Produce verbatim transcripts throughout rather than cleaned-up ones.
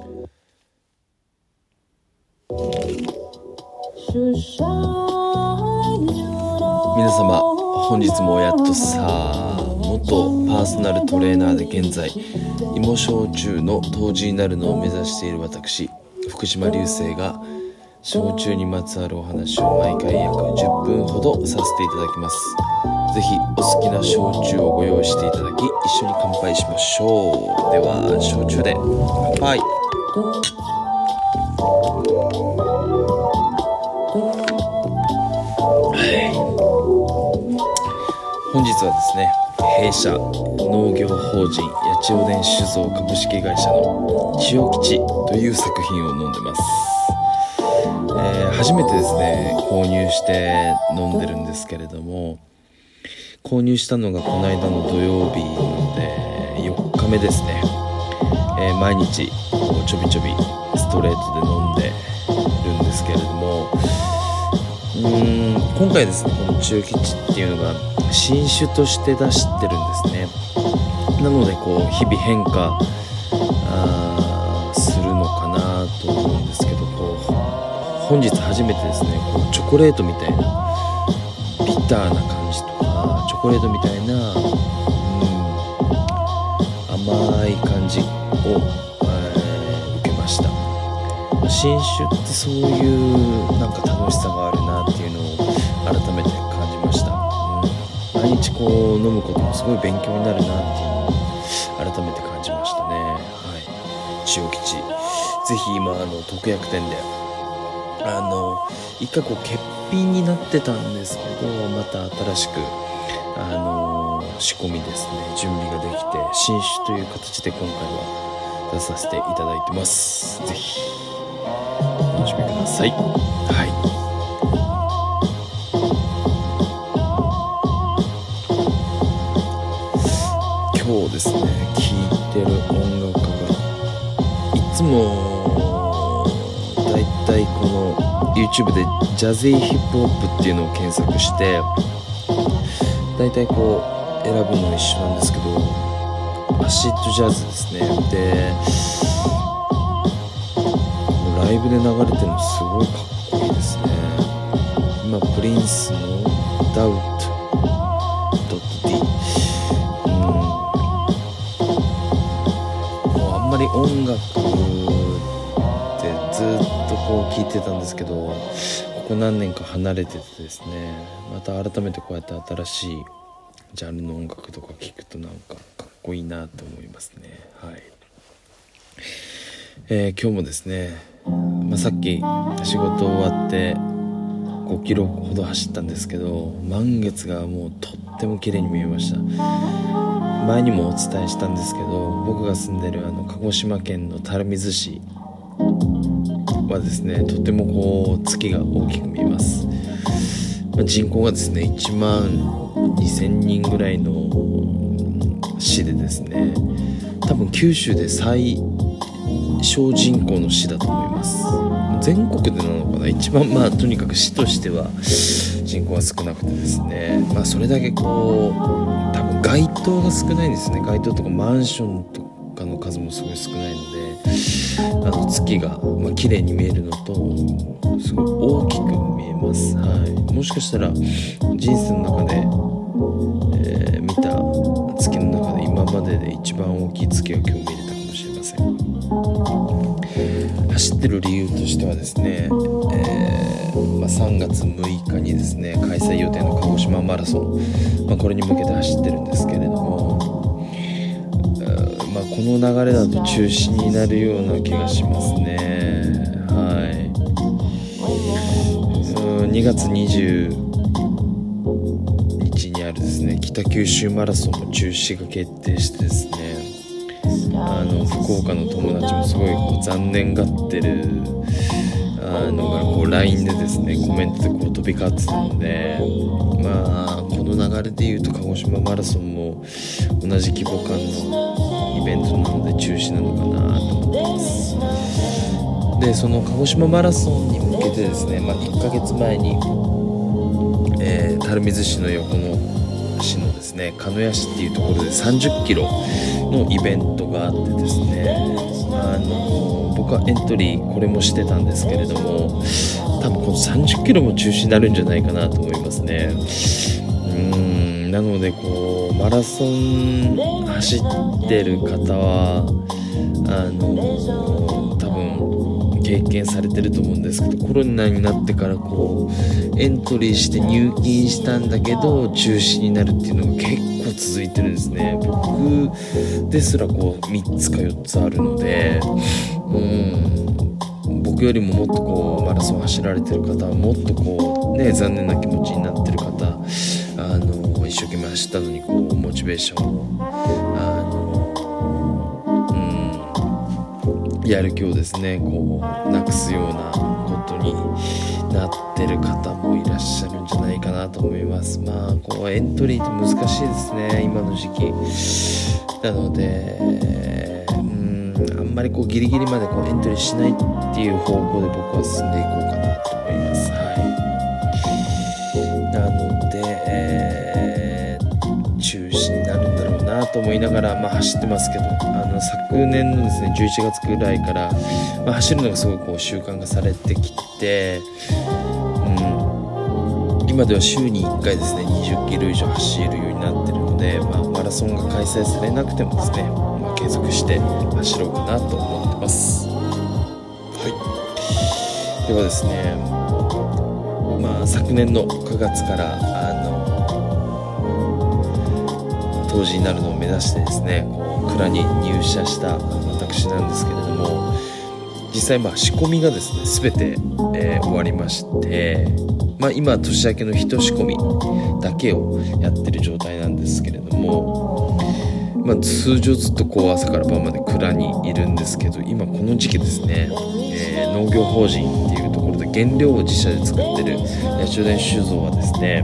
皆様、本日もやっとさ元パーソナルトレーナーで現在芋焼酎の杜氏になるのを目指している私福島流星が焼酎にまつわるお話を毎回約じゅっぷんほどさせていただきます。ぜひお好きな焼酎をご用意していただき、一緒に乾杯しましょう。では焼酎で乾杯。本日はですね、弊社農業法人八千代田酒造株式会社の千代吉という作品を飲んでます。えー、初めてですね購入して飲んでるんですけれども、購入したのがこの間の土曜日なのでよっかめですね。えー、毎日こうちょびちょびストレートで飲んでるんですけれども、うーん今回ですね、この千代吉っていうのが新酒として出してるんですね。なのでこう日々変化あするのかなと思うんですけど、こう本日初めてですね、こうチョコレートみたいなビターな感じとか、チョコレートみたいな、うん、甘い感じを、えー、受けました。新酒ってそういうなんか楽しさがあるなっていうのを改めて感じました。うん、毎日こう飲むこともすごい勉強になるなっていうのを改めて感じましたね。はい、千代吉、ぜひ今あの特約店であの一回こう欠品になってたんですけど、また新しくあの仕込みですね、準備ができて新酒という形で今回は出させていただいてます。ぜひお楽しみください。はい。今日ですね、聴いてる音楽がいつもだいたいこの YouTube でジャズィーヒップホップっていうのを検索してだいたいこう選ぶの一緒なんですけど、アシッドジャズですね。でライブで流れてるのすごいかっこいいですね。今プリンスのダウト .d、 うん、もうあんまり音楽ってずっとこう聴いてたんですけど、ここ何年か離れててですね、また改めてこうやって新しいジャンルの音楽とか聴くとなんかかっこいいなと思いますね。はい。えー、今日もですね、まあ、さっき仕事終わってごキロほど走ったんですけど、満月がもうとっても綺麗に見えました。前にもお伝えしたんですけど、僕が住んでるあの鹿児島県の垂水市はですね、とてもこう月が大きく見えます。まあ、人口がですねいちまんにせんにんぐらいの市でですね、多分九州で最小人口の市だと思います。全国でなのかな、一番まあとにかく市としては人口が少なくてですね、まあそれだけこう多分街灯が少ないんですね。街灯とかマンションとかの数もすごい少ないので、あの月がまあ綺麗に見えるのとすごい大きく見えます。はい。もしかしたら人生の中で、えー、見た月の中で今までで一番大きい月が今日見れたかもしれません。走ってる理由としてはですね、えーまあ、さんがつむいかにですね開催予定の鹿児島マラソン、まあ、これに向けて走ってるんですけれども、まあ、この流れだと中止になるような気がしますね。はい。にがつにじゅうにちにあるですね北九州マラソンも中止が決定してですね、あの福岡の友達もすごいこう残念がってるあのがこう ライン でですねコメントでこう飛び交ってたので、まあこの流れでいうと鹿児島マラソンも同じ規模感のイベントなので中止なのかなと思ってます。でその鹿児島マラソンに向けてですね、まあ、いっかげつまえに、えー、垂水市の横の市のですね鹿屋市っていうところでさんじゅっキロのイベントがあってですね、あの僕僕はエントリーこれもしてたんですけれども、多分このさんじゅっキロも中止になるんじゃないかなと思いますね。うーんなのでこうマラソン走ってる方はあの多分経験されてると思うんですけど、コロナになってからこうエントリーして入金したんだけど中止になるっていうのが結構続いてるんですね。僕ですらこうみっつかよっつあるので、うん僕よりももっとこうマラソン走られてる方はもっとこうね残念な気持ちになってる方、あの一生懸命走ったのにこうモチベーションをあの、うん、やる気をですねこうなくすようなことになってる方もいらっしゃるんじゃないかなと思います。まあこうエントリーって難しいですね今の時期なので、うんあんまりこうギリギリまでこうエントリーしないっていう方向で僕は進んでいこうかなと思います。はいなので、えー、中止になるんだろうなと思いながら、まあ、走ってますけど、あの昨年のですねじゅういちがつくらいから、まあ、走るのがすごくこう習慣化されてきて、うん、今では週にいっかいですねにじゅっキロ以上走るようになってるので、まあ、マラソンが開催されなくてもですね、まあ、継続して走ろうかなと思ってます。はい、ではですね、まあ、昨年のくがつからあの杜氏になるのを目指してですねこう蔵に入社した私なんですけれども、実際まあ仕込みがですね全て、えー、終わりまして、まあ、今年明けの一仕込みだけをやってる状態なんですけれども、まあ、通常ずっとこう朝から晩まで蔵にいるんですけど、今この時期ですね、えー、農業法人っていうところで原料を自社で作ってる八千代田酒造はですね、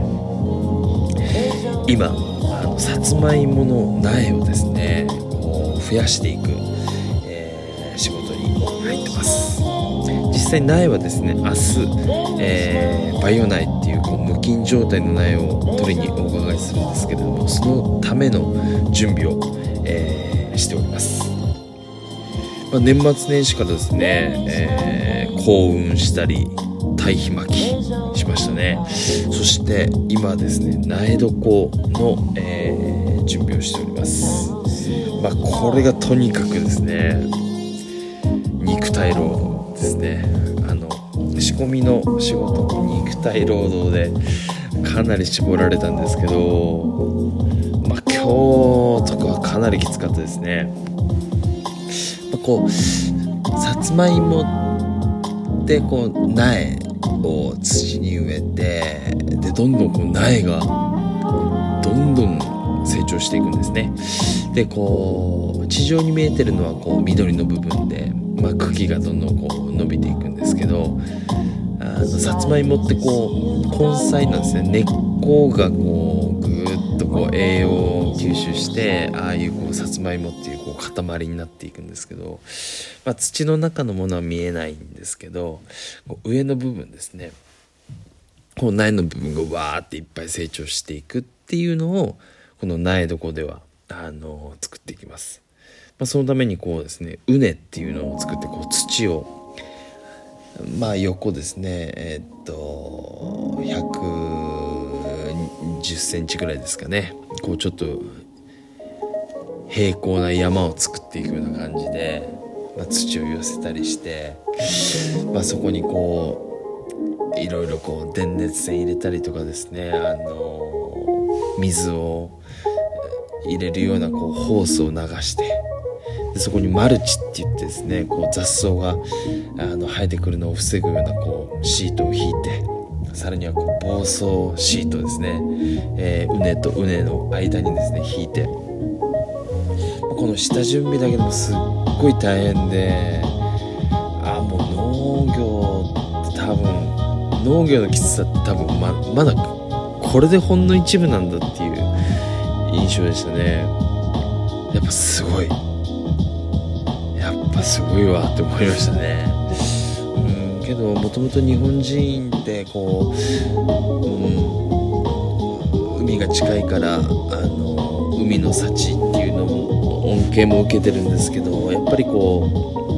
今あのさつまいもの苗をですねこう増やしていく、えー、仕事に入ってます。実際苗はですね明日、えー、バイオ苗っていうこう無菌状態の苗を取りにお伺いするんですけれども、そのための準備を、えー、しております。まあ、年末年始からですね、えー、幸運したり堆肥巻きしましたね。そして今ですね苗床の、えー、準備をしております。まあこれがとにかくですね肉体労働ですね。あの仕込みの仕事肉体労働でかなり絞られたんですけど、まあ今日とかはかなりきつかったですね。まあ、こうさつまいもってこう苗を土に植えて、でどんどんこう苗がどんどん成長していくんですね。でこう地上に見えてるのはこう緑の部分で、まあ、茎がどんどんこう伸びていくんですけど、あのさつまいもってこう根菜なんですね。根っこがこうぐーっとこう栄養を吸収して、ああいうこうさつまいもっていうこう塊になっていくんですけど、まあ、土の中のものは見えないんですけど、こう上の部分ですねこう苗の部分がわーっていっぱい成長していくっていうのをこの苗床ではあの作っていきます。まあ、そのためにこうですね畝っていうのを作ってこう土をまあ横ですねえー、っとひゃくじゅっセンチぐらいですかね、こうちょっと平行な山を作っていくような感じで、まあ、土を寄せたりして、まあ、そこにこういろいろこう電熱線入れたりとかですね、あの水を入れるようなこうホースを流して、でそこにマルチって言ってですねこう雑草があの生えてくるのを防ぐようなこうシートを引いて、さらにはこう防草シートですね、えー、畝と畝の間にですね引いて、この下準備だけでもすっごい大変で、あもう農業って多分農業のきつさって多分 ま, まだこれでほんの一部なんだっていう印象でしたね。やっぱすごいやっぱすごいわって思いましたね。うんけどもともと日本人ってこう、うん、海が近いからあの海の幸っていうのも恩恵も受けてるんですけど、やっぱりこう、まあ、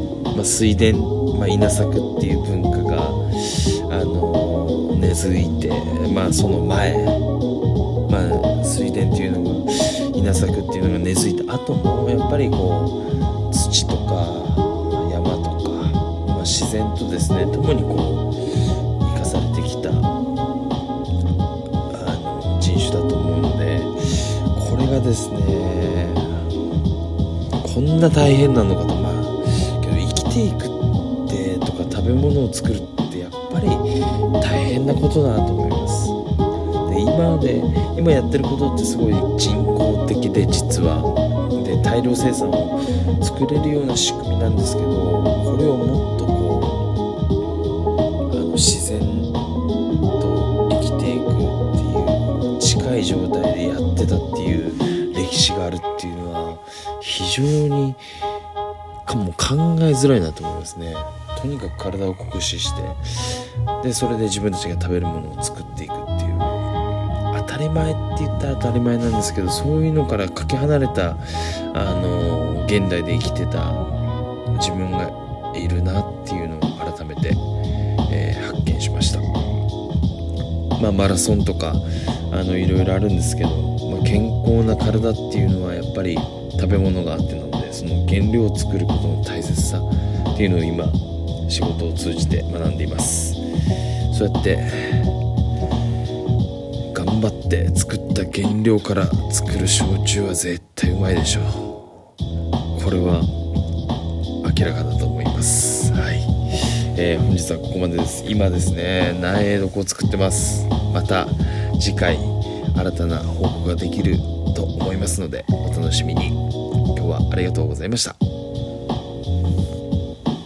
あ、水田、まあ、稲作っていう文化が、あのー、根付いて、まあ、その前、まあ、水田っていうのが稲作っていうのが根付いた後もやっぱりこう土とか山とか、まあ、自然とですね共にこう生かされてきたあの人種だと思うので、これがですねこんな大変なのかと。まあけど生きていくってとか食べ物を作るってやっぱり大変なことだなと思います。で今で今やってることってすごい人工的で、実はで大量生産を作れるような仕組みなんですけど、これをもっとこうあの自然と生きていくっていう近い状態でやってたっていう歴史があるっていうのは非常にかもう考えづらいなと思いますね。とにかく体を酷使して、でそれで自分たちが食べるものを作っていくっていう、当たり前って言ったら当たり前なんですけど、そういうのからかけ離れたあの現代で生きてた自分がいるなっていうのを改めて、えー、発見しました。まあマラソンとかあのいろいろあるんですけど、まあ、健康な体っていうのはやっぱり食べ物があってなので、その原料を作ることの大切さっていうのを今仕事を通じて学んでいます。そうやって頑張って作った原料から作る焼酎は絶対うまいでしょう。これは明らかだと思います。はい、えー、本日はここまでです。今ですね苗床を作ってます。また次回新たな報告ができると思いますのでお楽しみに。今日はありがとうございました。